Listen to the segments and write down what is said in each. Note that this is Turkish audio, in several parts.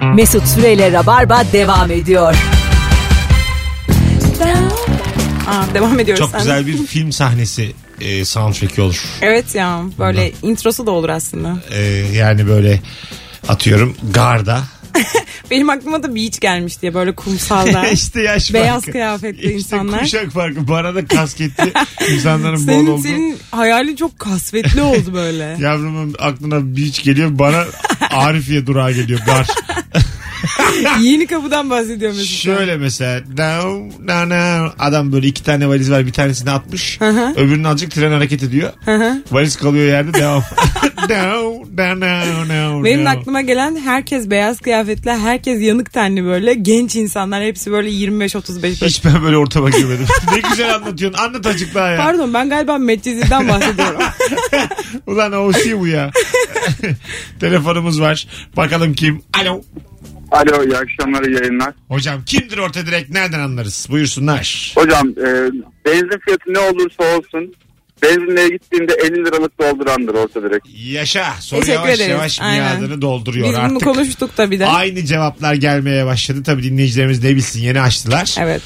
Mesut Süreyle Rabarba devam ediyor. Devam ediyoruz. Çok güzel bir film sahnesi soundtrack'i olur. Evet ya, böyle introsu da olur aslında. Yani böyle atıyorum garda. Benim aklıma da beach gelmiş diye, böyle kumsalda. İşte yaş beyaz farkı. kıyafetli İşte insanlar. kuşak farkı. Bana da kasketli insanların bol oldu. Senin hayalin çok kasvetli oldu böyle. Yavrumun aklına beach geliyor. Bana Arifiye durağı geliyor. Gar. Yeni kapıdan bahsediyorum mesela. Şöyle mesela adam böyle 2 tane valiz var, bir tanesini atmış, öbürünü alacak, tren hareket ediyor, valiz kalıyor yerde, devam. Benim aklıma gelen herkes beyaz kıyafetli, herkes yanık tenli, böyle genç insanlar, hepsi böyle 25-35. Hiç ben böyle ortama girmedim. Ne güzel anlatıyorsun, anlat açıkla ya. Pardon, ben galiba Medcezir'den bahsediyorum. Ulan o bu ya. Telefonumuz var, bakalım kim? Alo. Alo, iyi akşamlar, iyi yayınlar. Hocam kimdir orta direkt, nereden anlarız? Buyursunlar. Hocam benzin fiyatı ne olursa olsun benzinliğe gittiğinde 50 liralık doldurandır orta direkt. Yaşa. Soru Teşekkür yavaş ederiz. yavaş Aynen. miadını dolduruyor. Biz bunu artık konuştuk tabii de. aynı cevaplar gelmeye başladı. Tabii dinleyicilerimiz ne bilsin, yeni açtılar. Evet.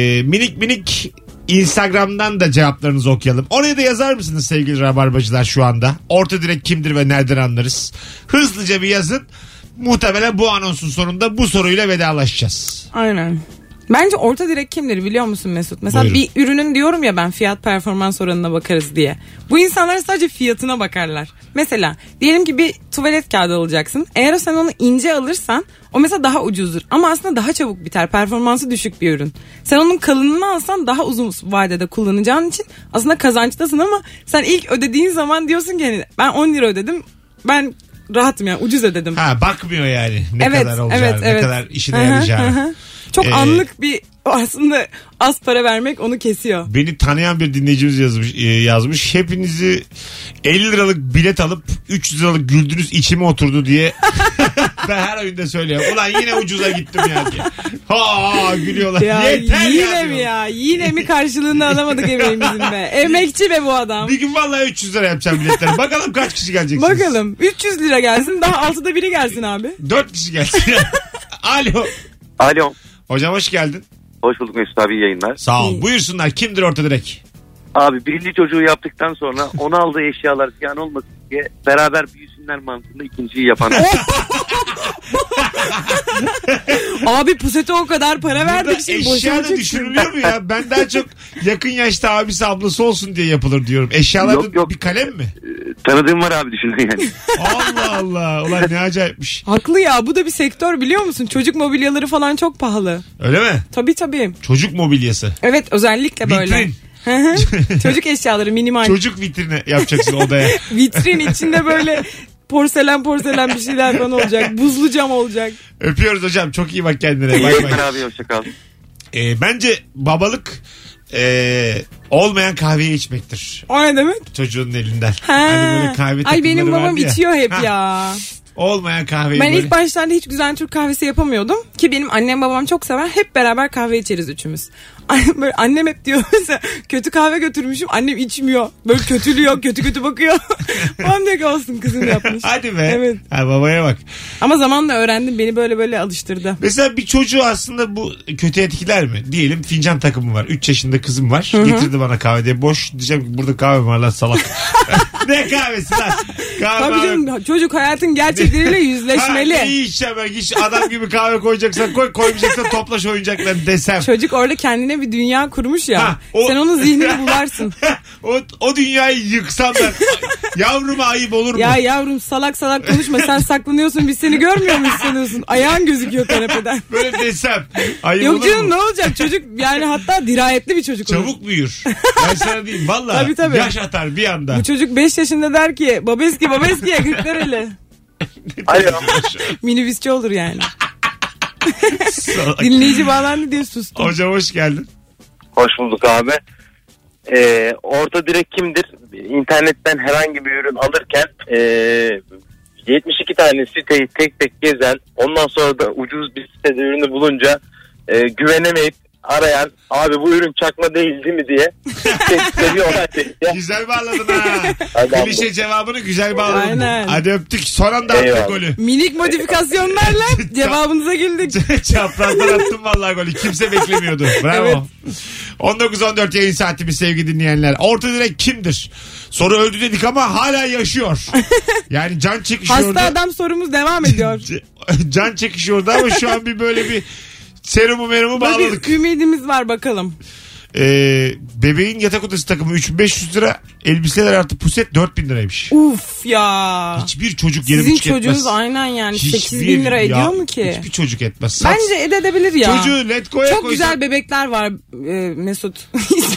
Minik Instagram'dan da cevaplarınızı okuyalım. Oraya da yazar mısınız sevgili rabarbacılar şu anda? Orta direkt kimdir ve nereden anlarız? Hızlıca bir yazın. Muhtemelen bu anonsun sonunda bu soruyla vedalaşacağız. Aynen. Bence orta direk kimdir biliyor musun Mesut? Mesela Buyurun. bir ürünün, diyorum ya ben, fiyat performans oranına bakarız diye. Bu insanlar sadece fiyatına bakarlar. Mesela diyelim ki bir tuvalet kağıdı alacaksın. Eğer sen onu ince alırsan o mesela daha ucuzdur. Ama aslında daha çabuk biter. Performansı düşük bir ürün. Sen onun kalınını alsan daha uzun vadede kullanacağın için aslında kazançtasın, ama sen ilk ödediğin zaman diyorsun ki hani ben 10 lira ödedim. Ben rahatım yani, ucuz ödedim. Bakmıyor yani ne kadar olacağını, ne kadar işine yarayacağını. Çok anlık bir, aslında az para vermek onu kesiyor. Beni tanıyan bir dinleyicimiz yazmış. Hepinizi 50 liralık bilet alıp 300 liralık güldünüz, içime oturdu diye. Ben her oyunda söylüyorum. Ulan yine ucuza gittim ya diye. Gülüyorlar. Ya, Yeter yine ya mi diyorum. ya? Yine mi karşılığını alamadık emeğimizin be? Emekçi be bu adam. Bir gün vallahi 300 lira yapacağım biletleri. Bakalım kaç kişi geleceksiniz. Bakalım 300 lira gelsin, daha 6'da biri gelsin abi. 4 kişi gelsin. Alo. Alo. Hocam hoş geldin. Hoş bulduk Mesut abi, iyi yayınlar. Sağ ol. Buyursunlar. Kimdir orta direk? Abi birinci çocuğu yaptıktan sonra onu aldığı eşyalar ziyan olmasın diye beraber büyüsünler mantığında ikinciyi yapan. Abi pusete o kadar para verdik, şimdi Eşya da boşalacak. düşürülüyor mu ya? Ben daha çok yakın yaşta abisi ablası olsun diye yapılır diyorum. Eşyalarda Yok. bir kalem mi? Tanıdığım var abi, düşünün yani. Allah Allah. Ulan ne acayipmiş. Haklı ya, bu da bir sektör biliyor musun? Çocuk mobilyaları falan çok pahalı. Öyle mi? Tabii. Çocuk mobilyası. Evet, özellikle böyle. Vitrin. Çocuk eşyaları minimal. Çocuk vitrini yapacaksın odaya. Vitrin içinde böyle porselen bir şeyler falan olacak. Buzlu cam olacak. Öpüyoruz hocam. Çok iyi bak kendine. İyi Bay yayınlar bay. abi, hoşçakal. Bence babalık olmayan kahveyi içmektir. O ne demek? Çocuğun elinden. Ha. Hani böyle kahve Ay benim takımları babam vardı ya. içiyor hep Ha. ya. Olmayan kahveyi Ben böyle. ilk başlarda hiç güzel Türk kahvesi yapamıyordum. Ki benim annem babam çok sever. Hep beraber kahve içeriz üçümüz. Böyle annem hep diyor mesela, kötü kahve götürmüşüm. Annem içmiyor. Böyle kötülüyor. kötü bakıyor. Babam diyor ki olsun, kızım yapmış. Hadi be. Evet. Babaya bak. Ama zamanla öğrendim. Beni böyle alıştırdı. Mesela bir çocuğu aslında bu kötü etkiler mi? Diyelim fincan takımı var. 3 yaşında kızım var. Getirdi bana kahve diye. Boş diyeceğim ki burada kahve var lan salak. Ne kahvesi lan? Kahve Tabii canım, çocuk hayatın gerçekleriyle yüzleşmeli. İyi içeceğim ben. Hiç adam gibi kahve koyacaksan koy. Koymayacaksan toplaş oyuncaklarını desem. Çocuk orada kendine bir dünya kurmuş ya. Sen onun zihnini bularsın. O dünyayı yıksam ben. Yavruma ayıp olur mu? Ya yavrum, salak konuşma. Sen saklanıyorsun, biz seni görmüyor muyuz sanıyorsun? Ayağın gözüküyor kanepeden. Böyle desem. Ayıp Yok olur canım, mu? ne olacak çocuk, yani hatta dirayetli bir çocuk olur. Çabuk büyür. Ben sana diyeyim valla. Tabii. Yaş atar bir anda. Bu çocuk 5 yaşında der ki babeskiye Kırklareli. Alo. Minibüsçü olur yani. Salak. Dinleyici bağlandı diye sustum. Hocam hoş geldin. Hoş bulduk abi. Orta direk kimdir? İnternetten herhangi bir ürün alırken 72 tane siteyi tek tek gezen, ondan sonra da ucuz bir sitede ürünü bulunca güvenemeyip arayan abi bu ürün çakma değil mi diye seviyorlar. Güzel bağladın ha. Hadi Klişe cevabını güzel bağladın. Aynen. Hadi öptük. Son anda attık Eyvallah. golü. Minik modifikasyonlarla cevabınıza güldük. Çaprazdan attım vallahi golü. Kimse beklemiyordu. Bravo. Evet. 19-14 yayın saatimiz sevgili dinleyenler. Orta direk kimdir? Soru öldü dedik ama hala yaşıyor. Yani can çekişiyordu. Hasta adam sorumuz devam ediyor. Can çekişiyordu ama şu an bir böyle bir serumu Böyle bağladık. bir ümidimiz var bakalım. Bebeğin yatak odası takımı 3500 lira, elbiseler artı puset 4000 liraymış. Uf ya. Hiçbir çocuk 7,5 Sizin etmez. çocuğunuz aynen yani Hiçbir- 8 bin lira ya, ediyor mu ki? Hiçbir çocuk etmez. Bence edebilir ya. Çocuğu Letgo'ya Çok koysan, güzel bebekler var Mesut.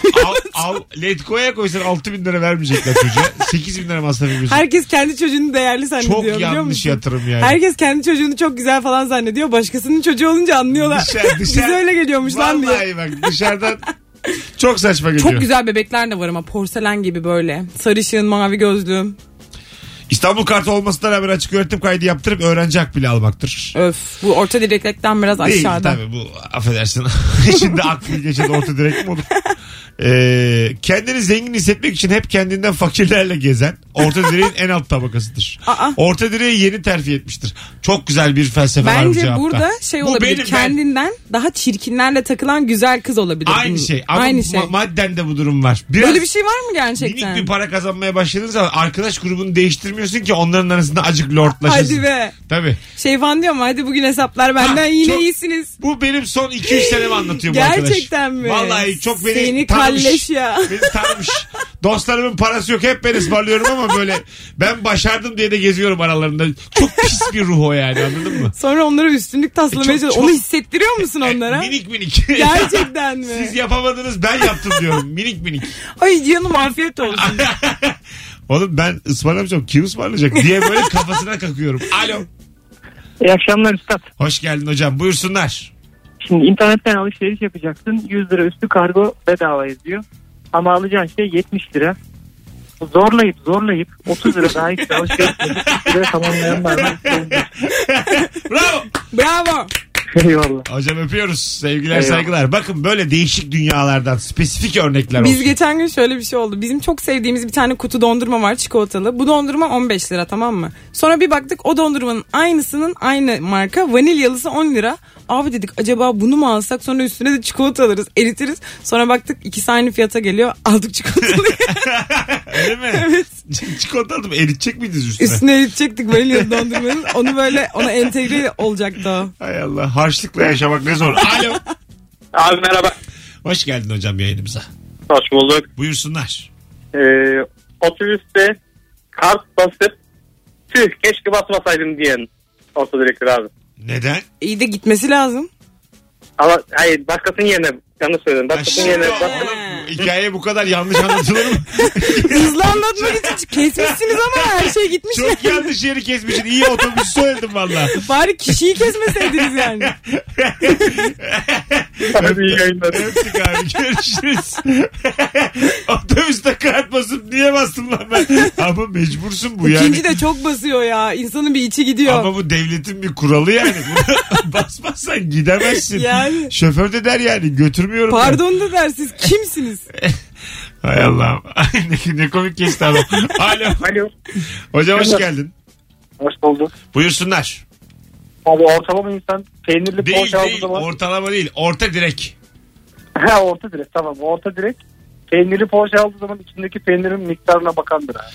Letgo'ya koysan 6 bin lira vermeyecekler çocuğa. 8 bin lira masraf yapıyorsun. Herkes kendi çocuğunu değerli zannediyor Çok biliyor yanlış musun? yatırım yani. Herkes kendi çocuğunu çok güzel falan zannediyor. Başkasının çocuğu olunca anlıyorlar. Bize öyle geliyormuş lan diye. Vallahi bak dışarıdan çok saçma geliyor. Çok güzel bebekler de var ama porselen gibi böyle. Sarışın, mavi gözlü. İstanbul kartı olmasına rağmen açık öğretim kaydı yaptırıp öğrenci hak bile almaktır. Öf, bu orta direkten biraz Değil aşağıda. tabii bu affedersin. Şimdi aklı geçen orta direkt mi olur? Kendini zengin hissetmek için hep kendinden fakirlerle gezen orta direğin en alt tabakasıdır. Aa. Orta direği yeni terfi etmiştir. Çok güzel bir felsefe var bu Bence cevapta. burada şey Bu olabilir. benim, Kendinden daha çirkinlerle takılan güzel kız olabilir. Aynı şey. Ama Aynı şey. madden de bu durum var. Biraz Böyle bir şey var mı gerçekten? minik bir para kazanmaya başladığın zaman arkadaş grubunu değiştirmiyorsun ki onların arasında acık lordlaşasın. Hadi be. Tabii. Şey falan diyor mu? Hadi bugün hesaplar benden yine çok- iyisiniz. Bu benim son 2-3 senemi anlatıyor bu arkadaş. Gerçekten mi? Vallahi çok beni Seni tanımış. kalleş ya. Beni tanımış. Dostlarımın parası yok. Hep ben ısmarlıyorum ama böyle ben başardım diye de geziyorum aralarında. Çok pis bir ruh o yani, anladın mı? Sonra onlara üstünlük taslamaya Çok- çalışıyor. çok- Onu hissettiriyor musun onlara? Minik minik. Gerçekten mi? Siz yapamadınız, ben yaptım diyorum. Minik minik. Ay canım afiyet olsun. Oğlum ben ısmarlamayacağım. Kim ısmarlayacak diye böyle kafasına kakıyorum. Alo. İyi akşamlar üstad. Hoş geldin hocam. Buyursunlar. Şimdi internetten alışveriş yapacaksın. 100 lira üstü kargo bedava yazıyor. Ama alacağın şey 70 lira. Zorlayıp 30 lira daha ekstra alışveriş yapıp 30 lira tamamlayanlar var. Bravo. Bravo. Eyvallah. Hocam öpüyoruz. Sevgiler, Eyvallah. saygılar. Bakın böyle değişik dünyalardan spesifik örnekler Biz olsun. geçen gün şöyle bir şey oldu. Bizim çok sevdiğimiz bir tane kutu dondurma var, çikolatalı. Bu dondurma 15 lira, tamam mı? Sonra bir baktık o dondurmanın aynısının aynı marka vanilyalısı 10 lira. Abi dedik acaba bunu mu alsak, sonra üstüne de çikolata alırız, eritiriz. Sonra baktık ikisi aynı fiyata geliyor. Aldık çikolatalıyı. Öyle mi? Evet. Çikolata alıp eritecek miydiniz üstüne? Üstüne eritecektik vanilyalı dondurmanın. Onu böyle ona entegre olacaktı o. Hay Allah. Harçlıkla yaşamak ne zor. Alo. Abi merhaba. Hoş geldin hocam yayınımıza. Hoş bulduk. Buyursunlar. Otobüste kart basıp tüh keşke basmasaydım diyen orta direktör abi. Neden? İyi de gitmesi lazım. Ama hayır başkasının yerine yanlış söyledim. Başkasının yerine Şimdi basıp oğlum, hikaye bu kadar yanlış anlatılır mı? Hızlı anlatmak için kesmişsiniz ama her şey gitmiş. Çok yanlış yeri kesmişsin. İyi otobüs söyledim valla. Bari kişiyi kesmeseydiniz yani. Hadi iyi yayınlar. Öptük abi, görüşürüz. Otobüste kart basıp niye bastım lan ben? Ama mecbursun bu yani. İkinci de çok basıyor ya. İnsanın bir içi gidiyor. Ama bu devletin bir kuralı yani. Buna basmazsan gidemezsin. Yani. Şoför de der yani götürmüyorum. ben. Pardon da der, siz kimsiniz? Hay Allah'ım. ne komik kesti adam. Alo. Alo. Hocam hoş geldin. Hoş bulduk. Buyursunlar. Abi ortalama insan peynirli Değil poğaça aldığı değil. zaman. Ortalama değil. Orta direk. Ha orta direkt tamam. Orta direkt peynirli poğaça aldığı zaman içindeki peynirin miktarına bakandır ha.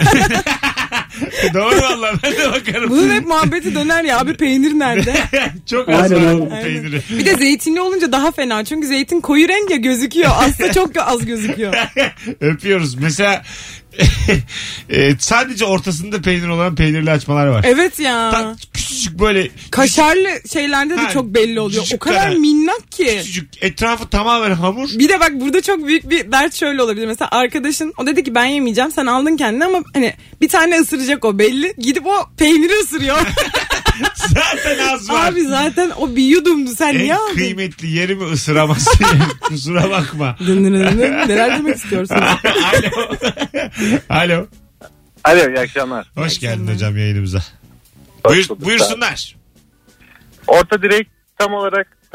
Doğru valla, ben de bakarım. Bunun hep muhabbeti döner ya. Abi peynir nerede? Çok az Aynen, var aynen. bu peyniri. Bir de zeytinli olunca daha fena. Çünkü zeytin koyu renk ya, gözüküyor. Aslında çok az gözüküyor. Öpüyoruz. Mesela sadece ortasında peynir olan peynirli açmalar var. Evet ya. Küçücük böyle Kaşarlı şeylerde de Ha, çok belli oluyor. O küçük kadar kadar. minnak ki. küçücük etrafı tamamen hamur. Bir de bak burada çok büyük bir dert şöyle olabilir. Mesela arkadaşın o dedi ki ben yemeyeceğim, sen aldın kendine ama hani bir tane ısıracak o belli. Gidip o peyniri ısırıyor. Zaten az var. Abi zaten o bir yudumdu, sen niye En aldın? kıymetli yerimi ısıramazsın. Kusura bakma. Neler demek istiyorsun? Alo. Alo. Alo iyi akşamlar. Hoş geldin hocam yayınımıza. Hoş bulduk. Buyursunlar. Orta direkt tam olarak tam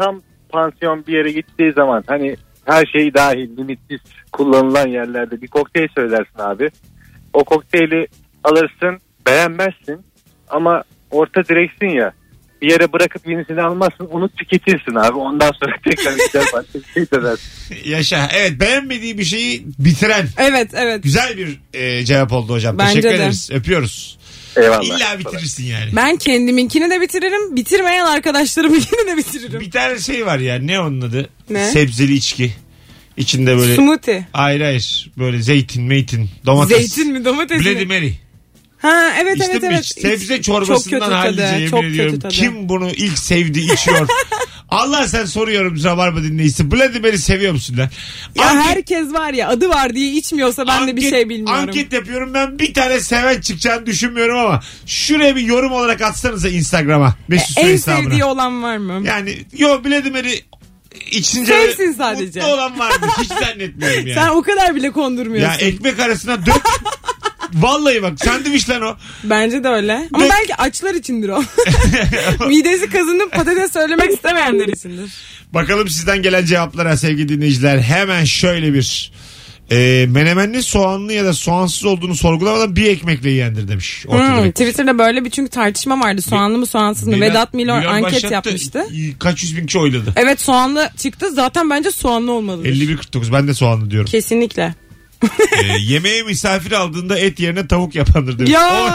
pansiyon bir yere gittiği zaman hani her şey dahil limitsiz kullanılan yerlerde bir kokteyl söylersin abi. O kokteyli alırsın, beğenmezsin ama orta direksin ya, bir yere bırakıp yenisini almazsın, onu tüketirsin abi. Ondan sonra tekrar gider başka bir şey söylersin. Yaşa. Evet, beğenmediği bir şeyi bitiren. Evet evet. Güzel bir cevap oldu hocam. Bence Teşekkür de. ederiz. Öpüyoruz. Eyvallah. İlla bitirirsin yani. Ben kendiminkini de bitiririm. Bitirmeyen arkadaşlarımınkini de bitiririm. Bir tane şey var ya, ne onun adı? Ne? Sebzeli içki. İçinde böyle. Smoothie. Hayır. Böyle zeytin, meytin, domates. Zeytin mi, domates Bloody mi? Mary. Ha evet İçtin evet mi evet. hiç? Sebze Çok çorbasından kötü hallice tadı. yemin Çok ediyorum. kötü tadı. Kim bunu ilk sevdi içiyor? Allah sen soruyorum Rabarba dinleyicisi. Bloody Mary seviyor musun lan? Ya herkes var ya, adı var diye içmiyorsa ben de bir şey bilmiyorum. Anket yapıyorum, ben bir tane seven çıkacağını düşünmüyorum ama şuraya bir yorum olarak atsanıza Instagram'a. Mesut Süre En hesabına. sevdiği olan var mı? Yani yok, Bloody Mary içince Sevsin sadece. mutlu olan vardır. Hiç zannetmiyorum yani. Sen o kadar bile Ya kondurmuyorsun. ekmek arasına dök. Vallahi bak, sandviç lan o. Bence de öyle. Ama Dök. belki açlar içindir o. Midesi kazınıp patates söylemek istemeyenler içindir. Bakalım sizden gelen cevaplara sevgili dinleyiciler. Hemen şöyle bir menemenli soğanlı ya da soğansız olduğunu sorgulamadan bir ekmekle yiyendir demiş. Twitter'da böyle bir çünkü tartışma vardı. Soğanlı mı soğansız mı? Vedat Milor anket başlattı. yapmıştı. Kaç yüz bin kişi oyladı. Evet, soğanlı çıktı. Zaten bence soğanlı olmalıdır. 51-49, ben de soğanlı diyorum. Kesinlikle. Yemeğe misafir aldığında et yerine tavuk yapandır demiş. Ya.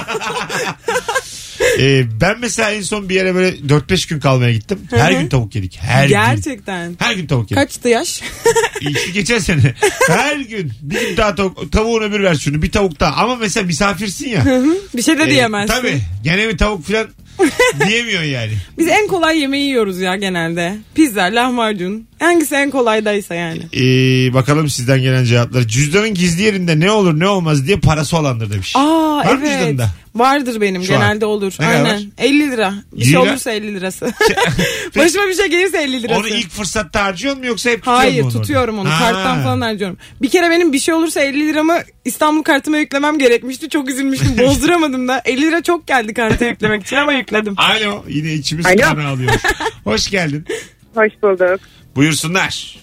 Ben mesela en son bir yere böyle 4-5 gün kalmaya gittim. Her gün tavuk yedik. Her gün. Gerçekten. Her gün tavuk yedik. Kaçtı yaş? İşte geçen sene. Her gün bir gün daha tavuğun öbür versiyonu, bir tavuk daha. Ama mesela misafirsin ya. Bir şey de diyemezsin. Tabii. Gene bir tavuk falan diyemiyorsun yani. Biz en kolay yemeği yiyoruz ya genelde. Pizza, lahmacun. Hangisi en kolaydaysa yani. Bakalım sizden gelen cevaplar. Cüzdanın gizli yerinde ne olur ne olmaz diye parası olandır demiş. Aa Var mı evet. cüzdanında? Vardır benim, Şu genelde an. olur. Ne kadar Aynen. var? 50 lira. Bir 50 şey lira? olursa 50 lirası. Başıma bir şey gelirse 50 lirası. Onu ilk fırsatta harcıyor mu yoksa hep tutuyor mu Hayır, onu tutuyorum orada? onu. Karttan falan harcıyorum. Bir kere benim bir şey olursa 50 liramı İstanbul kartıma yüklemem gerekmişti. Çok üzülmüştüm. Bozduramadım da. 50 lira çok geldi karta yüklemek için ama yükledim. Alo, yine içimiz Alo. kan ağlıyor. Hoş geldin. Hoş bulduk. Buyursunlar.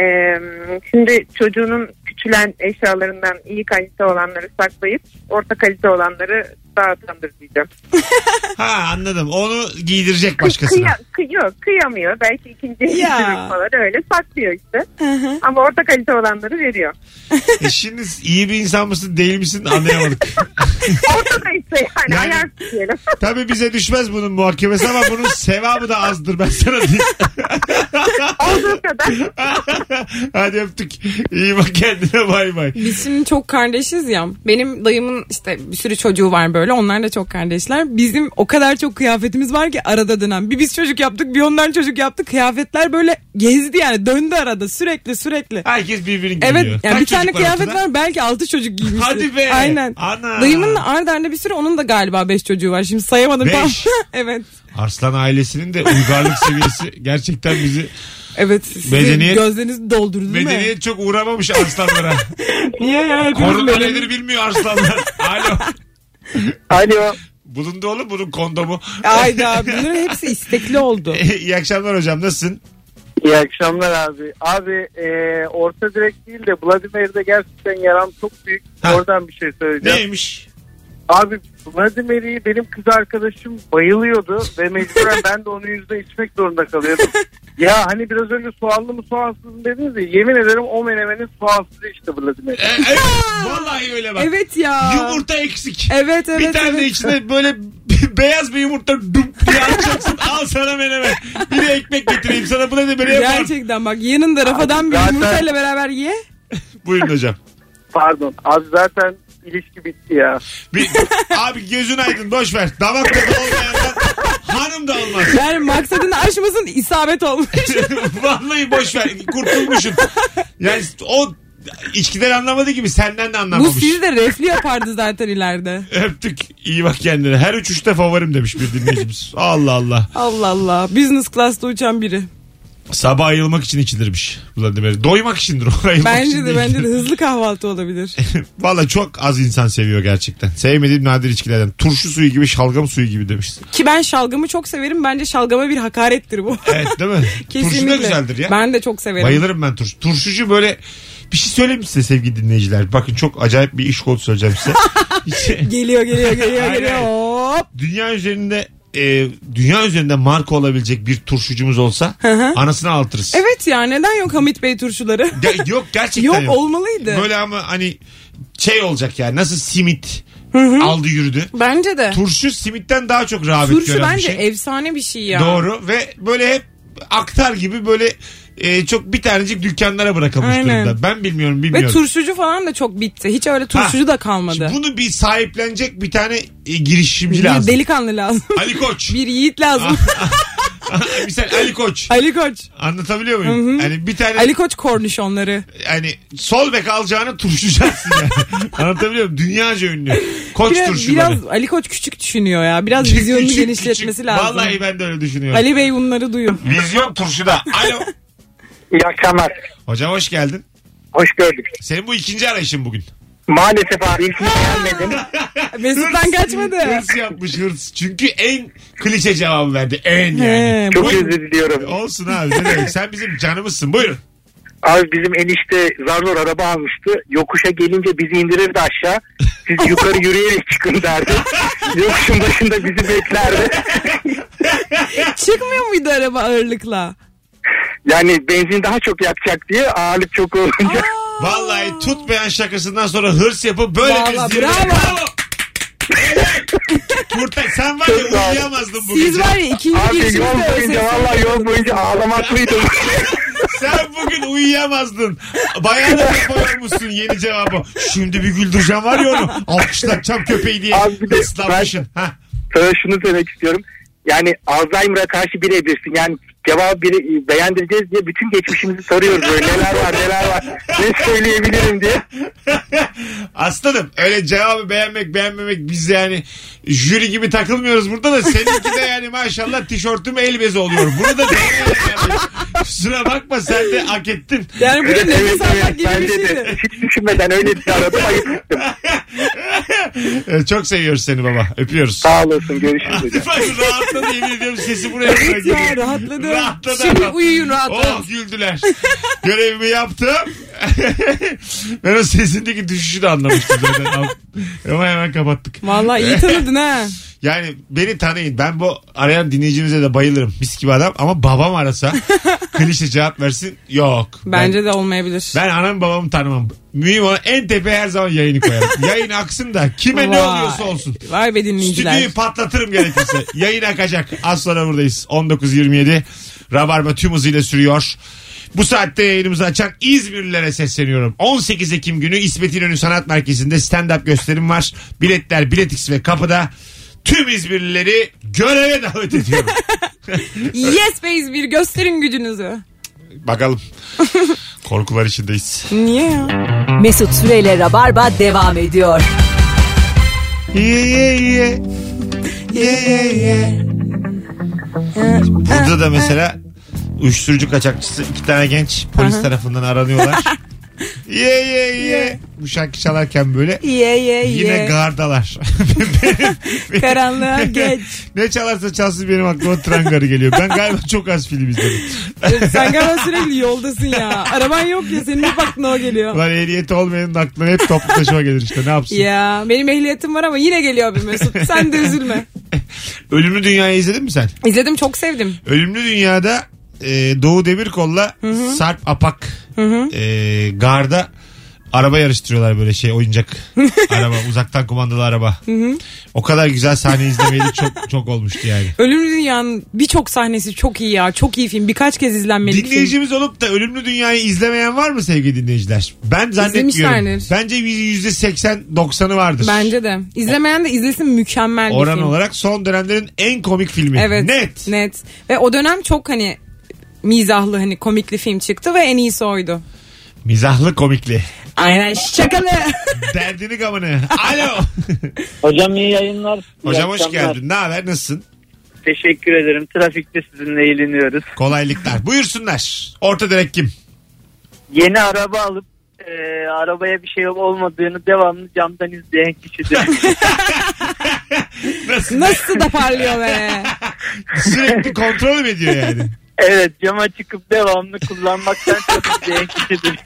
Şimdi çocuğunun küçülen eşyalarından iyi kalite olanları saklayıp orta kalite olanları dağıtandır diyeceğim. Ha, anladım. Onu giydirecek başkasına. Kıyamıyor. Belki ikinci Ya. çocuk falan öyle saklıyor işte. Ama orta kalite olanları veriyor. Şimdi iyi bir insan mısın değil misin anlayamadık. Ortada işte yani ayar diyelim. Tabii bize düşmez bunun muhakemesi ama bunun sevabı da azdır, ben sana diyeyim. Olduğu kadar. Hadi öptük. İyi bak kendine, bay bay. Biz şimdi çok kardeşiz ya. Benim dayımın işte bir sürü çocuğu var böyle. Onlar da çok kardeşler. Bizim o kadar çok kıyafetimiz var ki arada dönem. Bir biz çocuk yaptık, bir ondan çocuk yaptık. Kıyafetler böyle gezdi yani. Döndü arada sürekli. Herkes birbirini giyiyor. Evet yani Kaç bir tane çocuk kıyafet ortada? var, belki 6 çocuk giymiştir. Hadi be. Aynen. Ana. Dayımın da arda arda bir sürü, onun da galiba 5 çocuğu var. Şimdi sayamadım. 5. Tam. Evet. Arslan ailesinin de uygarlık seviyesi gerçekten bizi, Evet. Sizin Medeniyet- gözlerinizi doldurdu değil mi? medeniyet çok uğramamış arslanlara. Niye ya? Korona nedir bilmiyor arslanlar. Alo. Alo. Bulundu oğlum bunun kondomu. Ayda bunların hepsi istekli oldu. İyi akşamlar hocam, nasılsın? İyi akşamlar abi. Abi orta direkt değil de Vladimir'de gerçekten yaram çok büyük. Ha. Oradan bir şey söyleyeceğim. Neymiş? Abi Vladimir'i benim kız arkadaşım bayılıyordu ve mecburen ben de onun yüzünden içmek zorunda kalıyordum. Ya hani biraz önce soğanlı mı soğansız mı dediniz ya, yemin ederim o menemenin soğansızı işte Vladimir. Evet, vallahi öyle bak. Evet ya. Yumurta eksik. Evet. Bir tane de içine böyle beyaz bir yumurta dup diye atacaksın. Al sana menemen. Bir de ekmek getireyim sana. Bu ne de böyle yapar. Gerçekten bak, yanında rafadan bir zaten- yumurtayla beraber ye. Buyurun hocam. Pardon abi, zaten ilişki bitti ya. Abi gözün aydın, boş ver. Damak tadı olmayanlar hanım da olmaz. Yani maksadını aşmasın, isabet olmuş. Vallahi boş ver. Kurtulmuşum. Yani o içkiden anlamadığı gibi senden de Bu anlamamış. sizi de reflü yapardı zaten ileride. Öptük. İyi bak kendine. Her uçuşta favorim demiş bir dinleyicimiz. Allah Allah. Allah Allah. Business class'ta uçan biri. Sabah ayılmak için içilirmiş. Vladimir. Doymak içindir o. Ayılmak Bence için de değil. bence de hızlı kahvaltı olabilir. Valla çok az insan seviyor gerçekten. Sevmediğim nadir içkilerden. Turşu suyu gibi, şalgam suyu gibi demişsin. Ki ben şalgamı çok severim. Bence şalgama bir hakarettir bu. Evet değil mi? Kesinlikle. Turşu da güzeldir ya. Ben de çok severim. Bayılırım ben turşu. Turşucu böyle bir şey söyleyeyim mi size sevgili dinleyiciler? Bakın çok acayip bir iş kodu söyleyeceğim size. Geliyor. Aynen. Hop. Dünya üzerinde marka olabilecek bir turşucumuz olsa anasını ağlatırız. Evet ya, neden yok Hamit Bey turşuları? Yok gerçekten yok. Olmalıydı. Böyle ama hani şey olacak yani, nasıl simit aldı yürüdü. Bence de. Turşu simitten daha çok rağbet Turşu gören bir bence şey. efsane bir şey ya. Doğru ve böyle hep aktar gibi böyle çok bir tanecik dükkanlara bırakılmış Aynen. durumda. Ben bilmiyorum. Ve turşucu falan da çok bitti. Hiç öyle turşucu da kalmadı. Bunu bir sahiplenecek bir tane girişimci lazım. Bir delikanlı lazım. Ali Koç. Bir yiğit lazım. Misal Ali Koç. Ali Koç. Anlatabiliyor muyum? Yani bir tane Ali Koç kornişonları. hani sol bek alacağını turşucaksın yani. Anlatabiliyor muyum? Dünyaca ünlü. Koç turşuları. Biraz Ali Koç küçük düşünüyor ya. Biraz vizyonunu genişletmesi lazım. Vallahi ben de öyle düşünüyorum. Ali Bey bunları duyun. Vizyon turşuda. Alo. İyi akşamlar. Hocam hoş geldin. Hoş gördük. Senin bu ikinci arayışın bugün. Maalesef abi ilkini beğenmedim. Mesut'tan kaçmadı. Hırs yapmış hırs. Çünkü en klişe cevabı verdi. En yani. Çok Buyurun. özür diliyorum. Olsun abi ne demek. Sen bizim canımızsın. Buyurun. Abi bizim enişte zar zor araba almıştı. Yokuşa gelince bizi indirirdi aşağı. Siz yukarı yürüyerek çıkın derdi. Yokuşun başında bizi beklerdi. Çıkmıyor muydu araba ağırlıkla? Yani benzin daha çok yakacak diye, ağırlık çok olunca. Vallahi tutmayan şakasından sonra hırs yapıp böyle Vallahi bir zirve. bravo. Sen var ya uyuyamazdın bu Siz gece. var ya ikinci Abi girişimde yol boyunca vallahi yol boyunca ağlamaklıydım. Sen bugün uyuyamazdın. Bayağı da yapıyormuşsun yeni cevabı. Şimdi bir güldüreceğim var ya onu. Alkışlatacağım köpeği diye. Abi bir de Islanmışsın. Sana şunu söylemek istiyorum. Yani Alzheimer'a karşı birebirsin. Yani cevabı beğendireceğiz diye bütün geçmişimizi soruyoruz. Böyle neler var ne söyleyebilirim diye. Aslanım öyle cevabı beğenmemek biz yani jüri gibi takılmıyoruz burada da, seninki de yani maşallah tişörtüm el bezi oluyor. Bunu da yani. Kusura bakma, sen de hak ettin. Yani bugün nefes almak gibi bir bence şeydi. de. Hiç düşünmeden öyle bir aradım, ayıp ettim. Çok seviyoruz seni baba. Öpüyoruz. Sağ olasın, görüşürüz hocam. Rahatladı, yemin ediyorum sesi buraya kadar Evet ya, geliyor. rahatladım. Rahatladı Şimdi adam. uyuyun rahat. Oh güldüler. Görevimi yaptım. Ben o sesindeki düşüşü de anlamıştım zaten. Ama hemen kapattık. Vallahi iyi tanıdın ha. Yani beni tanıyın. Ben bu arayan dinleyicimize de bayılırım. Mis gibi adam. Ama babam arasa klişe cevap versin. Yok. Bence de olmayabilir. Ben anam babamı tanımam. Mühim olan en tepeye her zaman yayını koyarım. Yayın aksın da kime ne oluyorsa olsun. Vay be dinleyiciler. Stüdyoyu patlatırım gerekirse. Yayın akacak. Az sonra buradayız. 19.27. Rabarba tüm hızıyla sürüyor. Bu saatte yayınımızı açan İzmirlilere sesleniyorum. 18 Ekim günü İsmet İnönü Sanat Merkezi'nde stand-up gösterim var. Biletler Biletix ve kapıda. Tüm İzmirlileri göreve davet ediyorum. Yes be İzmir, gösterin gücünüzü. Bakalım. Korkular içindeyiz. Niye ya? Mesut Süreyle Rabarba devam ediyor. Yeah. Burada da mesela uyuşturucu kaçakçısı 2 tane genç polis tarafından aranıyorlar. Bu şarkı çalarken böyle yine gardalar. Karanlığa geç. Ne çalarsa çalsın benim aklıma tren garı geliyor. Ben galiba çok az film izledim. Sen galiba sürekli yoldasın ya. Araban yok ya, senin hep aklına o geliyor. Lan ehliyeti olmayanın aklına hep toplu taşıma gelir işte, ne yapsın. Ya benim ehliyetim var ama yine geliyor bir Mesut. Sen de üzülme. Ölümlü Dünya'yı izledin mi sen? İzledim, çok sevdim. Ölümlü Dünya'da Doğu Demirkol'la Sarp Apak garda araba yarıştırıyorlar, böyle oyuncak araba, uzaktan kumandalı araba. O kadar güzel sahne izlemeyeli çok olmuştu yani. Ölümlü Dünya'nın birçok sahnesi çok iyi ya. Çok iyi film. Birkaç kez izlenmeli film. Dinleyicimiz olup da Ölümlü Dünya'yı izlemeyen var mı sevgili dinleyiciler? Ben zannetmiyorum. İzlemişlerdir. Bence %80-90'ı vardır. Bence de. İzlemeyen de izlesin, mükemmel bir Oran film. olarak son dönemlerin en komik filmi. Evet. Net. Ve o dönem çok mizahlı komikli film çıktı ve en iyisi oydu. Mizahlı komikli. Aynen, şakalı. Derdini gamını. Alo. Hocam iyi yayınlar. Hocam hoş geldin. Ne haber? Nasılsın? Teşekkür ederim. Trafikte sizinle eğleniyoruz. Kolaylıklar. Buyursunlar. Orta direk kim? Yeni araba alıp arabaya bir şey olmadığını devamlı camdan izleyen kişidir. Nasıl da parlıyor be. Sürekli kontrol mü ediyor yani? Evet, cama çıkıp devamlı kullanmaktan çok izleyen kişidir.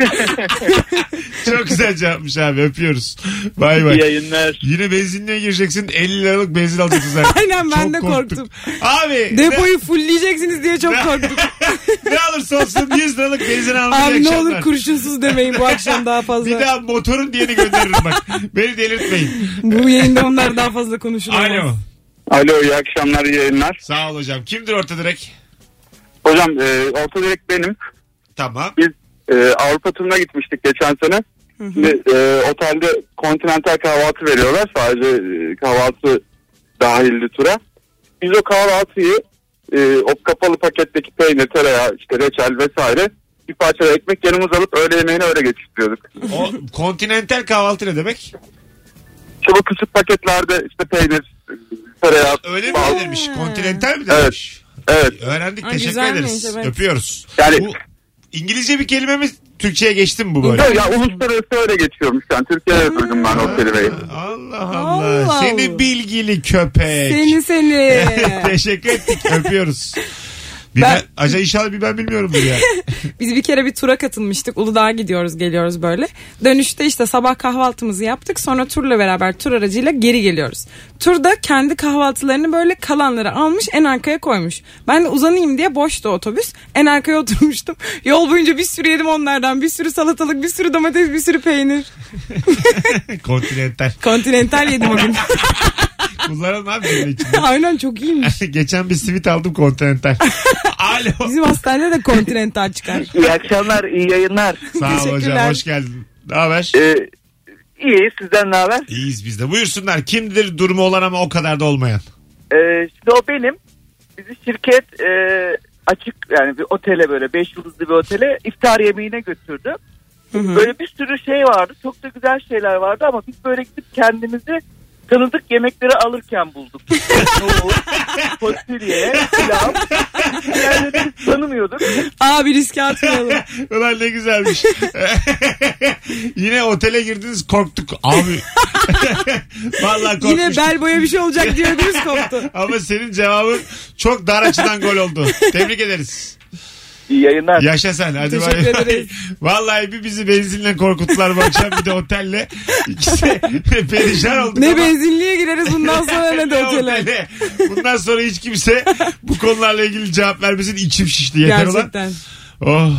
Çok güzel cevapmış abi, öpüyoruz. Bay bay. İyi yayınlar. Yine benzinliğe gireceksin, 50 liralık benzin alacaksın sen. Aynen, ben Çok de korktum. Abi Depoyu fullleyeceksiniz diye çok korktum. ne alırsa olsun 100 liralık benzin almayı Abi ne akşamlar. olur kurşunsuz demeyin bu akşam daha fazla. Bir daha motorun diyeni gönderirim bak. Beni delirtmeyin. Bu yayında onlar daha fazla konuşulmaz. Alo. Alo, iyi akşamlar, iyi yayınlar. Sağ ol hocam. Kimdir orta direk? Hocam orta direkt benim. Tamam. Biz Avrupa turuna gitmiştik geçen sene. Şimdi, otelde kontinental kahvaltı veriyorlar. Sadece kahvaltı dahildi tura. Biz o kahvaltıyı o kapalı paketteki peynir, tereyağı, işte reçel vesaire bir parça ekmek yanımıza alıp öğle yemeğini öyle geçiriyorduk. O kontinental kahvaltı ne demek? İşte bu küçük paketlerde işte peynir, tereyağı. Öyle mi denirmiş? Kontinental mi denirmiş? Evet. Öğrendik. Ha, teşekkür güzelmiş, ederiz. evet. Öpüyoruz. Yani Bu İngilizce bir kelime mi? Türkçe'ye geçti mi bu böyle? ya uluslararası öyle geçiyormuş. Yani Türkiye'de duydum ben o kelimeyi. Allah Allah. Allah. Seni bilgili köpek. Seni. Teşekkür ettik. Öpüyoruz. Acayip inşallah ben bilmiyorum ya. Biz bir kere bir tura katılmıştık. Uludağ'a gidiyoruz geliyoruz böyle. Dönüşte işte sabah kahvaltımızı yaptık. Sonra turla beraber tur aracıyla geri geliyoruz. Turda kendi kahvaltılarını böyle kalanları almış en arkaya koymuş. Ben de uzanayım diye boştu otobüs. En arkaya oturmuştum. Yol boyunca bir sürü yedim onlardan. Bir sürü salatalık, bir sürü domates, bir sürü peynir. Kontinental. Kontinental yedim o gün. Kullanalım abi benim içinde. Aynen, çok iyiymiş. Geçen bir simit aldım kontinental. Alo. Bizim hastanede de kontinental çıkar. İyi akşamlar, iyi yayınlar. Sağ ol hocam, Teşekkürler. hoş geldin. Ne haber? İyi, sizden ne haber? İyiyiz biz de. Buyursunlar. Kimdir durumu olan ama o kadar da olmayan? Şimdi o benim. Bizi şirket açık, yani bir otele, böyle 5 yıldızlı bir otele iftar yemeğine götürdü. Böyle bir sürü şey vardı. Çok da güzel şeyler vardı ama biz böyle gidip kendimizi tanıdık yemekleri alırken bulduk. Nohut, fasulye, pilav. Yani biz tanımıyorduk. Abi riske atmayalım. Ulan ne güzelmiş. Yine otele girdiniz, korktuk. Abi. Vallahi korkmuştum. Yine bel boya bir şey olacak diye ödümüz koptu. Ama senin cevabın çok dar açıdan gol oldu. Tebrik ederiz. İyi yayınlar. Yaşa sen. Hadi Teşekkür bay. ederiz. Vallahi bir bizi benzinle korkuttular bu akşam, bir de otelle. İkisi perişan olduk Ne ama. benzinliğe gireriz bundan sonra ne de otele. Bundan sonra hiç kimse bu konularla ilgili cevap vermesin, içim şişti. Yeter ulan. Gerçekten. Oh.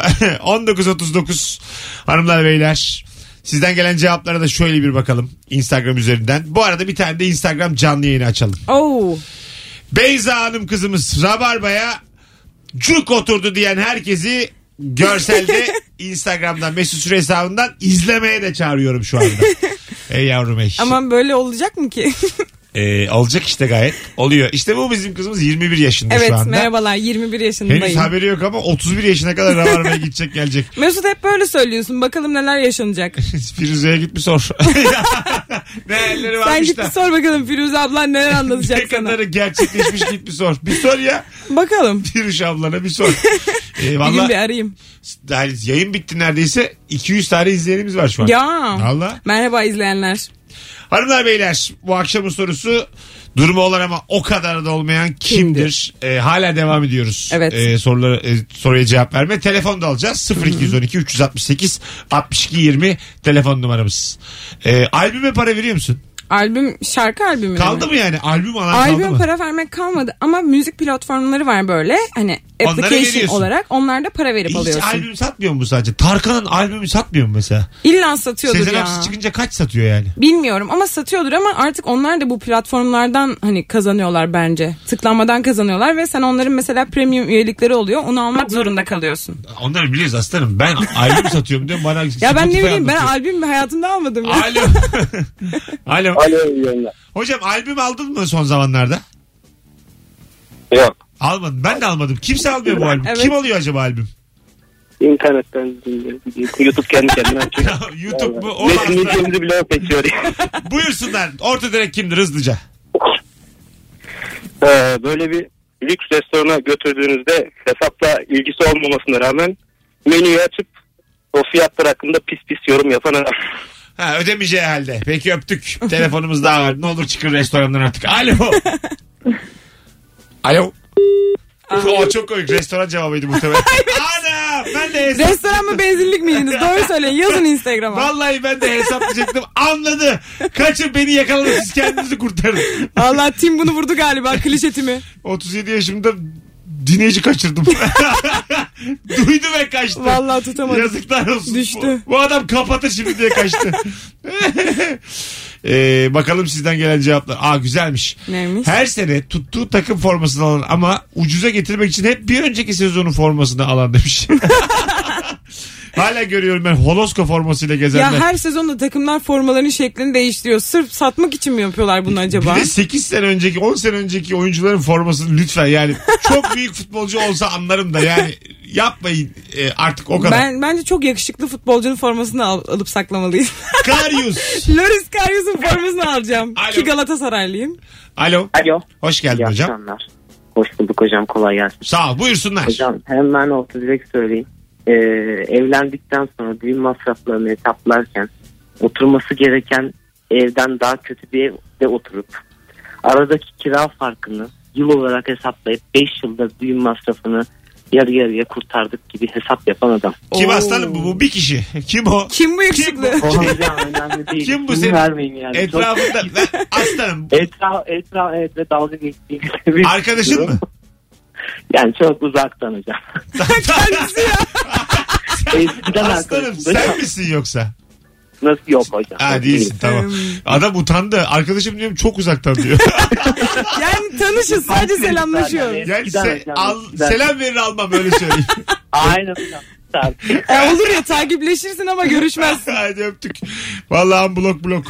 19.39 hanımlar beyler. Sizden gelen cevaplara da şöyle bir bakalım Instagram üzerinden. Bu arada bir tane de Instagram canlı yayını açalım. Oo. Beyza Hanım kızımız Rabarba'ya cuk oturdu diyen herkesi görselde Instagram'dan Mesut Süre hesabından izlemeye de çağırıyorum şu anda. Ey yavrum ey. Ama böyle olacak mı ki? Olacak işte, gayet oluyor. İşte bu bizim kızımız 21 yaşında Evet, şu anda. merhabalar, 21 yaşındayım. Henüz haberi yok ama 31 yaşına kadar Rabarba'ya gidecek gelecek. Mesut hep böyle söylüyorsun, bakalım neler yaşanacak. Firuze'ye git bir sor. Ne halleri varmış Sen git da. bir sor bakalım Firuze ablan neler Ne anlatacak sana. kadarı gerçekleşmiş, git bir sor. Bir sor ya. Bakalım. Firuze ablana bir sor. Bir gün bir Valla arayayım. yayın bitti neredeyse. 200 tane izleyenimiz var şu an. Ya. Valla. Merhaba izleyenler. Hanımlar beyler, bu akşamın sorusu durumu olan ama o kadar da olmayan kimdir? Hala devam ediyoruz. Evet. Soruya cevap verme. Telefon da alacağız. 0212 368 62 20 telefon numaramız. Albüme para veriyor musun? Albüm, şarkı albümü Kaldı mı yani? Albüm alan kaldı Albüm mı? para vermek kalmadı ama müzik platformları var böyle, hani Onlara application veriyorsun. olarak, onlarda para verip Hiç alıyorsun. albüm satmıyor mu sadece? Tarkan'ın albümü satmıyor mu mesela? İlla satıyordur Sezen ya. Aksu çıkınca kaç satıyor yani? Bilmiyorum ama satıyordur, ama artık onlar da bu platformlardan hani kazanıyorlar bence. Tıklanmadan kazanıyorlar ve sen onların mesela premium üyelikleri oluyor. Onu almak zorunda kalıyorsun. Onları biliyoruz aslanım. Ben albüm satıyorum diyorum bana. Ya ben ne bileyim, ben anlatıyor. albüm hayatımda almadım ya. Alo. Alo. Alo, iyi yayınlar. Hocam albüm aldın mı son zamanlarda? Yok. Almadım. Ben de almadım. Kimse almıyor bu albüm. Evet. Kim alıyor acaba albüm? İnternetten dinliyorum. YouTube kendi kendine açıyor. YouTube mu? O Metin aslında. ülkemizi bile o seçiyor. Buyursunlar. Orta direk kimdir hızlıca? Böyle bir lüks restorana götürdüğünüzde hesapla ilgisi olmamasına rağmen menüyü açıp o fiyatlar hakkında pis pis yorum yapan adam. Ha, ödemeyeceği halde. Peki öptük. Telefonumuz daha var. Ne olur çıkın restorandan artık. Alo. Alo. O çok komik. Restoran cevabıydı muhtemelen. Ana! Ben de hesap... Restoran mı benzinlik miydiniz? Doğru söyleyin. Yazın Instagram'a. Vallahi ben de hesaplayacaktım. Anladı. Kaçın beni yakaladı. Siz kendinizi kurtarın. Vallahi Tim bunu vurdu galiba. Klişe Tim'i. 37 yaşımda dinleyici kaçırdım. Duydu ve kaçtı. Vallahi tutamadım. Yazıklar olsun. Düştü. Bu adam kapatır şimdi diye kaçtı. Bakalım sizden gelen cevaplar. Aa, güzelmiş. Neymiş? Her sene tuttuğu takım formasını alan ama ucuza getirmek için hep bir önceki sezonun formasını alan demiş. Hala görüyorum ben holosko formasıyla gezenler. Ya her sezonda takımlar formalarının şeklini değiştiriyor. Sırf satmak için mi yapıyorlar bunu acaba? Bir de 8 sene önceki 10 sene önceki oyuncuların formasını lütfen, yani çok büyük futbolcu olsa anlarım da yani yapmayın artık o kadar. Bence çok yakışıklı futbolcunun formasını alıp saklamalıyız. Karius. Loris Karius'un formasını alacağım. Alo. Ki Galatasaraylıyım. Alo. Alo. Hoş geldin İyi hocam. akşamlar. Hoş bulduk hocam, kolay gelsin. Sağ ol, buyursunlar. Hocam hemen orta direkt söyleyeyim. Evlendikten sonra düğün masraflarını hesaplarken oturması gereken evden daha kötü bir evde oturup aradaki kira farkını yıl olarak hesaplayıp 5 yılda düğün masrafını yarı yarıya kurtardık gibi hesap yapan adam. Kim Oo. aslanım bu? Bu bir kişi. Kim o? Kim bu yakışıklı? O hocam önemli değil. Kim bu İsim senin? vermeyin yani. Etrafında. Aslanım. Evet ve dalga geçtiğim bir Arkadaşın mı? Yani çok uzaktan hocam. Kendisi ya. Eskiden Aslanım arkadaşım. sen misin yoksa? Nasıl yok hocam? Ha, değilsin, tamam. Adam utandı. Arkadaşım diyorum, çok uzaktan diyor. Yani tanışız, sadece selamlaşıyoruz. Yani Eskiden hocam, eskiden. selam verir almam, öyle söyleyeyim. Aynen hocam. Olur ya, takipleşirsin ama görüşmezsin. Hadi öptük. Vallahi blok.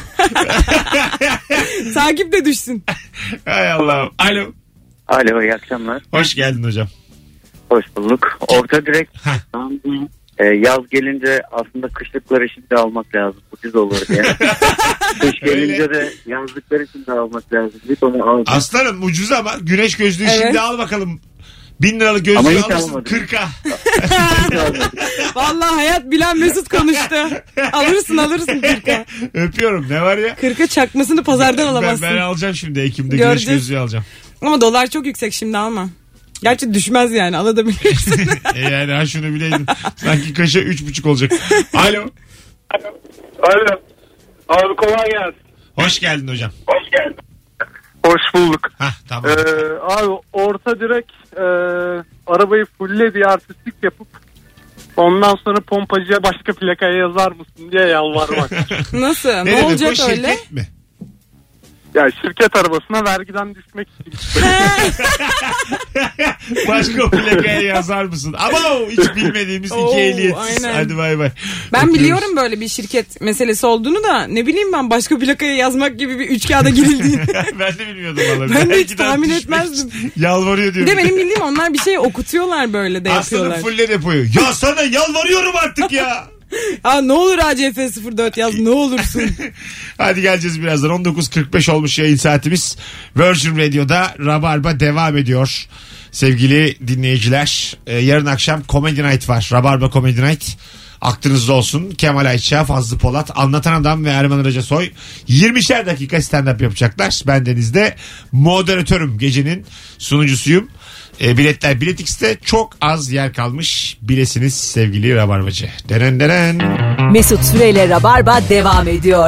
Takip de düşsün. Hay Allah'ım. Alo. Alo, iyi akşamlar. Hoş geldin hocam. Hoş bulduk. Orta direkt Heh. yaz gelince aslında kışlıkları şimdi almak lazım. Ucuz olur diye. Kış gelince de yazlıkları şimdi almak lazım. Git onu al. Aslanım ucuz ama güneş gözlüğü Evet. şimdi al bakalım. 1000 liralık Ama gözlüğü hiç alırsın almadım. 40'a. Vallahi hayat bilen Mesut konuştu. Alırsın 40'a. Öpüyorum, ne var ya? 40'a çakmasını pazardan alamazsın. Ben alacağım şimdi Ekim'de Göreceğiz. güneş gözlüğü alacağım. Ama dolar çok yüksek, şimdi alma. Gerçi düşmez yani, alabilirsin. Yani ha, şunu bileydin. Sanki kaşa 3,5 olacak. Alo. Alo. Abi kolay gelsin. Hoş geldin hocam. Hoş geldin. Hoş bulduk. Hah, tamam. Abi orta direkt arabayı fulle bir artistik yapıp ondan sonra pompacıya başka plakaya yazar mısın diye yalvarmak. Nasıl? Ne demek, olacak bu öyle? şirket mi? Yani şirket arabasına vergiden düşmek için. Başka plakaya yazar mısın? Ama hiç bilmediğimiz iki Oo, ehliyetsiz. aynen. Hadi bay bay. Ben Öpüyoruz. biliyorum böyle bir şirket meselesi olduğunu da, ne bileyim ben başka plakaya yazmak gibi bir üç kağıda girildiğini. Ben de bilmiyordum valla. Ben de hiç Belki tahmin düşmek etmezdim. için Yalvarıyor Bir diyorum. de benim bildiğim onlar bir şey okutuyorlar, böyle de Aslanım yapıyorlar. fulle depoyu. Ya sana yalvarıyorum artık ya. Ha, ne olur ACF04 yaz, ne olursun. Hadi geleceğiz birazdan. 19.45 olmuş yayın saatimiz. Virgin Radio'da Rabarba devam ediyor. Sevgili dinleyiciler, yarın akşam Comedy Night var. Rabarba Comedy Night. Aklınızda olsun. Kemal Ayça, Fazlı Polat, Anlatan Adam ve Erman Racasoy 20'şer dakika stand-up yapacaklar. Bendeniz de moderatörüm. Gecenin sunucusuyum. Biletler Bilet X'te, çok az yer kalmış. Bilesiniz sevgili Rabarbacı. Deren deren. Mesut Süreyle Rabarba devam ediyor.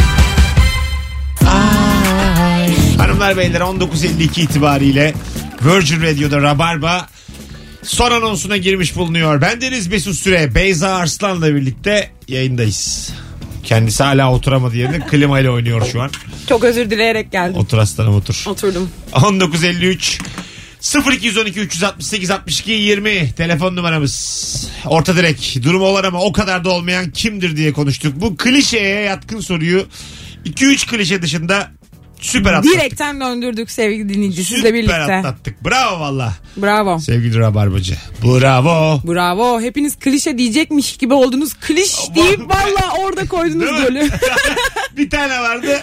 Hanımlar beyler, 19.52 itibariyle Virgin Radio'da Rabarba son anonsuna girmiş bulunuyor. Bendeniz Mesut Süre, Beyza Arslan'la birlikte yayındayız. Kendisi hala oturamadı yerine, klimayla oynuyor şu an. Çok özür dileyerek geldim. Otur aslanım, otur. Oturdum. 19.53 0212 368 62 20 telefon numaramız. Orta direk, durumu olan ama o kadar da olmayan kimdir diye konuştuk. Bu klişeye yatkın soruyu 2-3 klişe dışında süper atlattık. Direkten döndürdük sevgili dinleyici, sizle Süper birlikte. atlattık. Bravo valla. Bravo. Sevgili Rabarbacı. Bravo. Bravo. Hepiniz klişe diyecekmiş gibi oldunuz. Kliş deyip valla orada koydunuz Değil mi? golü. Bir tane vardı.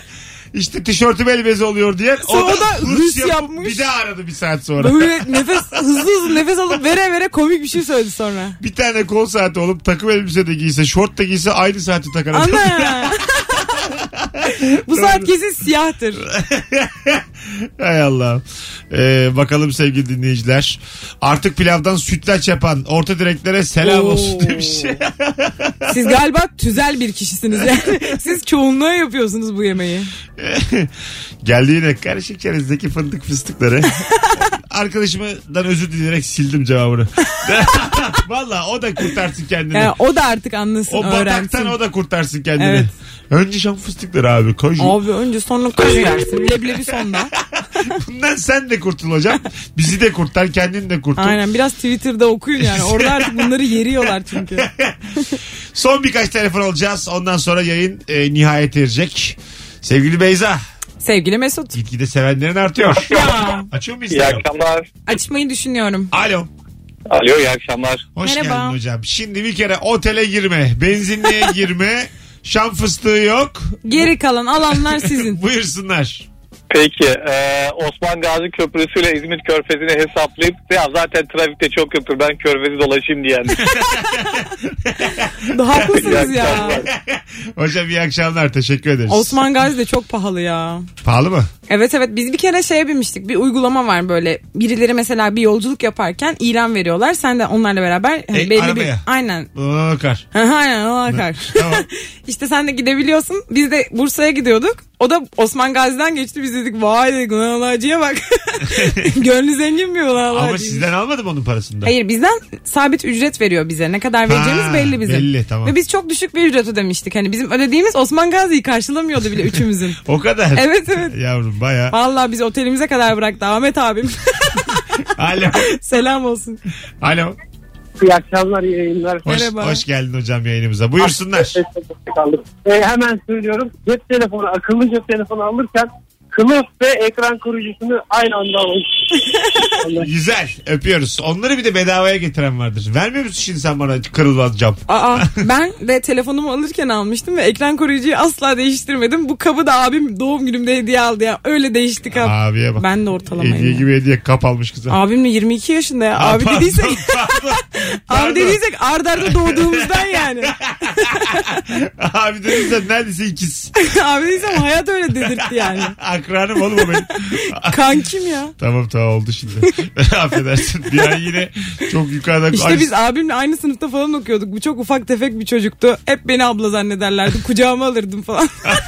İşte tişörtüm el bezi oluyor diye. Sonra o da hırs yapmış. Bir daha aradı bir saat sonra. Böyle hızlı nefes alıp vere komik bir şey söyledi sonra. Bir tane kol saati olup takım elbise de giyse, şort da giyse aynı saati takar. Ana. Bu saat kesin siyahtır. Hay Allah. Bakalım sevgili dinleyiciler. Artık pilavdan sütlaç yapan orta direklere selam olsun demiş. Siz galiba tüzel bir kişisiniz yani. Siz çoğunluğa yapıyorsunuz bu yemeği. Geldi yine karışık çerezdeki fındık fıstıkları. Arkadaşımdan özür dileyerek sildim cevabını. Valla o da kurtarsın kendini. Yani o da artık anlasın, o öğrensin. bataktan o da kurtarsın kendini. Evet. Önce şam fıstıkları abi. Kaju. Abi önce sonra kaju yersin. Leblebi sonda. Bundan sen de kurtul hocam. Bizi de kurtar, kendini de kurtul. Aynen, biraz Twitter'da okuyun yani. Orada artık bunları yeriyorlar çünkü. Son birkaç telefon alacağız. Ondan sonra yayın nihayet erecek. Sevgili Beyza. Sevgili Mesut. Gitgide sevenlerin artıyor. Ya. Açıyor muyuz? İyi akşamlar. Açmayı düşünüyorum. Alo. Alo, iyi akşamlar. Hoş Merhaba. geldin hocam. Şimdi bir kere otele girme, benzinliğe girme, şam fıstığı yok. Geri kalan alanlar sizin. Buyursunlar. Peki Osman Gazi Köprüsü ile İzmir Körfezi'ni hesaplayıp ya zaten trafikte çok yoktur ben Körfezi dolaşayım diyen. Haklısınız ya. Hocam iyi akşamlar, teşekkür ederiz. Osman Gazi de çok pahalı ya. Pahalı mı? Evet biz bir kere şeye binmiştik. Bir uygulama var böyle. Birileri mesela bir yolculuk yaparken ilan veriyorlar. Sen de onlarla beraber belli arabaya. bir... Aynen. Akar. Aynen o akar. Tamam. İşte sen de gidebiliyorsun. Biz de Bursa'ya gidiyorduk. O da Osman Gazi'den geçti. Biz dedik vay dedik ulan acıya bak. Gönlü zengin bir ulan Ama sizden almadım onun parasını da. Hayır, bizden sabit ücret veriyor bize. Ne kadar vereceğimiz belli bizim. Belli, tamam. Ve biz çok düşük bir ücret ödemiştik. Hani bizim ödediğimiz Osman Gazi'yi karşılamıyordu bile üçümüzün. O kadar. Evet. Yavrum baya. Vallahi bizi otelimize kadar bıraktı Ahmet abim. Alo. Selam olsun. Alo. İyi akşamlar, iyi yayınlar. Merhaba. Hoş geldin hocam yayınımıza. Buyursunlar. Hemen söylüyorum. Cep telefonu, akıllı cep telefonu alırken kılıf ve ekran koruyucusunu aynı anda alın. Güzel. Öpüyoruz. Onları bir de bedavaya getiren vardır. Vermiyor musun şimdi sen bana kırılmaz cam? Ben de telefonumu alırken almıştım ve ekran koruyucuyu asla değiştirmedim. Bu kabı da abim doğum günümde hediye aldı ya. Öyle değişti kap. Abiye bak. Ben de ortalamayım. Hediye gibi hediye kap almış kıza. Abim de 22 yaşında ya. Abi pardon, dediysek. pardon. Abi dediysek arda arda doğduğumuzdan yani. Abi dediysen neredeyse ikiz. Abi dediysem hayat öyle dedirtti yani. Akranım oğlum o benim. Kankim ya. Tamam oldu şimdi. Affedersin. Bir an yine çok yukarıda. İşte biz abimle aynı sınıfta falan okuyorduk. Bu çok ufak tefek bir çocuktu. Hep beni abla zannederlerdi. Kucağıma alırdım falan.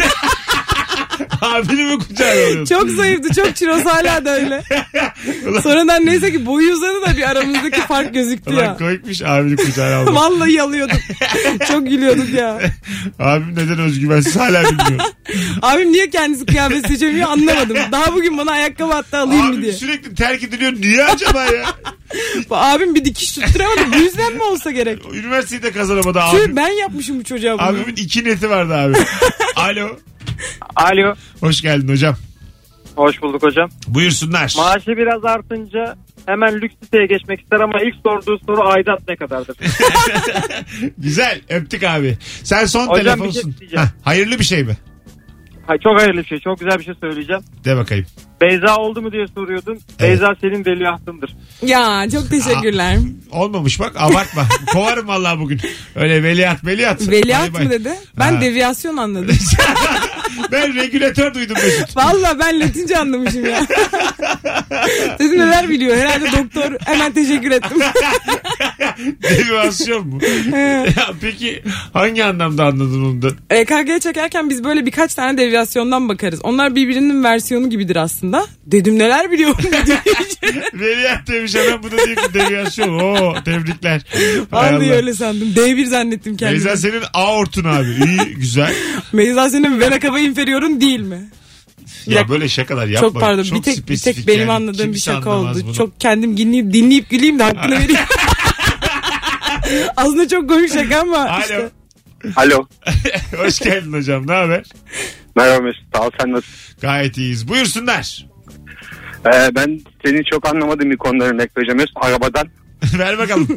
Abini mi kucağına alıyorsun? Çok zayıftı, çok çiroz, hala da öyle. Sonradan neyse ki boyu uzadı da bir aramızdaki fark gözüktü Ulan ya. koymuş abini kucağına aldı. Vallahi alıyordum. Çok gülüyorduk ya. Abim neden özgüvensiz hala bilmiyorum. Abim niye kendisi kıyafet seçemiyor anlamadım. Daha bugün bana ayakkabı hatta alayım mı Abim diye. sürekli terk ediliyor. Niye acaba ya? Abim bir dikiş tutturamadı. Bu yüzden mi olsa gerek? Üniversiteyi de kazanamadı abim. Ben yapmışım bu çocuğa bunu. Abimin 2 neti vardı abi. Alo. Alo. Hoş geldin hocam. Hoş bulduk hocam. Buyursunlar. Maaşı biraz artınca hemen lüks siteye geçmek ister ama ilk sorduğu soru aidat ne kadardır? Güzel, öptük abi. Sen son Hocam, telefonsun. bir şey diyeceğim. Hayırlı bir şey mi? Çok hayırlı bir şey. Çok güzel bir şey söyleyeceğim. De bakayım. Beyza oldu mu diye soruyordun. Evet. Beyza senin veliahtındır. Ya çok teşekkürler. Olmamış bak, abartma. Kovarım vallahi bugün. Öyle veliaht. Veliaht Bay mı bay. dedi? Ben Ha. deviyasyon anladım. Ben regülatör duydum Mesut. Vallahi ben Latince anlamışım ya. Dedim neler biliyor. Herhalde doktor, hemen teşekkür ettim. Deviyasyon mu? Ya peki hangi anlamda anladın onu da? EKG'ye çekerken biz böyle birkaç tane deviyasyondan bakarız. Onlar birbirinin versiyonu gibidir aslında. Dedim neler biliyorum. Veliaht demiş hemen, bu da diyor ki deviyasyon. Oo, tebrikler. Hay Vallahi Allah. öyle sandım. D1 zannettim kendimi. Beyza senin aortun abi. İyi, güzel. Beyza senin vena cava inferiorun değil mi? Ya böyle şakalar yapma. Çok pardon. Bir tek spesifik benim yani. anladığım bir Kimse şaka anlamaz oldu. bunu. Çok kendim dinleyip güleyim de hakkını vereyim. Aslında çok komik şaka ama Alo. işte. Alo. Hoş geldin hocam. Ne haber? Merhaba Mesut. Sağ ol, sen nasılsın? Gayet iyiyiz. Buyursunlar. Ben senin çok anlamadığım bir konuda örnek vereceğim Mesut. Arabadan. Ver bakalım.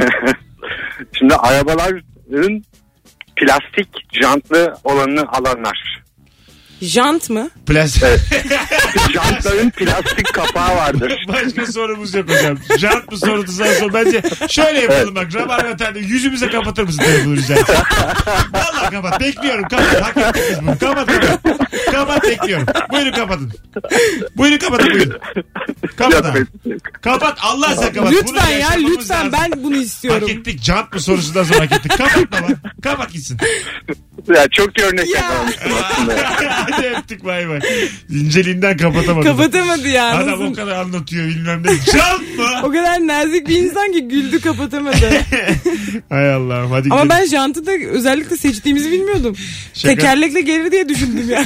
Şimdi arabaların plastik jantlı olanını alanlar. Jant mı? Jantların plastik kapağı vardır. Başka sorumuz yok hocam. Jant mı sorulduğundan sonra bence şöyle yapalım bak. Rabarba yüzümüze kapatır mısın telefonu rica etsem? Valla kapat. Bekliyorum. Kapat. Hak ettik biz bunu. Kapat. Kapat bekliyorum. Buyurun kapatın. Buyurun kapatın buyurun. Kapat abi. Kapat. Allah sen kapat. Lütfen ya lütfen ben bunu istiyorum. Hak ettik. Jant mı sorusundan sonra hak ettik. Kapat baba. Kapat gitsin. Ya çok örnek yakalamıştım aslında. Hadi öptük bay bay. İnceliğinden kapatamadı. Kapatamadı ya. Adam Nasıl? o kadar anlatıyor bilmem ne. Jant mı? O kadar nazik bir insan ki güldü kapatamadı. Hay Allah'ım hadi Ama gidelim. ben jantı da özellikle seçtiğimizi bilmiyordum. Şaka. Tekerlekle gelir diye düşündüm ya.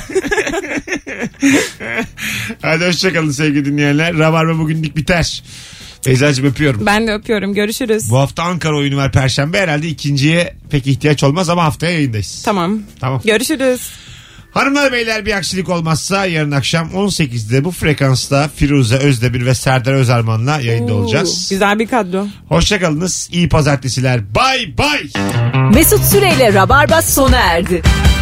Hadi hoşçakalın sevgili dinleyenler. Rabarba bugünlük biter. Beyza'cığım öpüyorum. Ben de öpüyorum. Görüşürüz. Bu hafta Ankara oyunu var Perşembe. Herhalde ikinciye pek ihtiyaç olmaz ama haftaya yayındayız. Tamam. Görüşürüz. Hanımlar beyler bir aksilik olmazsa yarın akşam 18'de bu frekansta Firuze Özdemir ve Serdar Özarman'la yayında olacağız. Güzel bir kadro. Hoşçakalınız. İyi pazartesiler. Bay bay. Mesut Süreyle Rabarba sona erdi.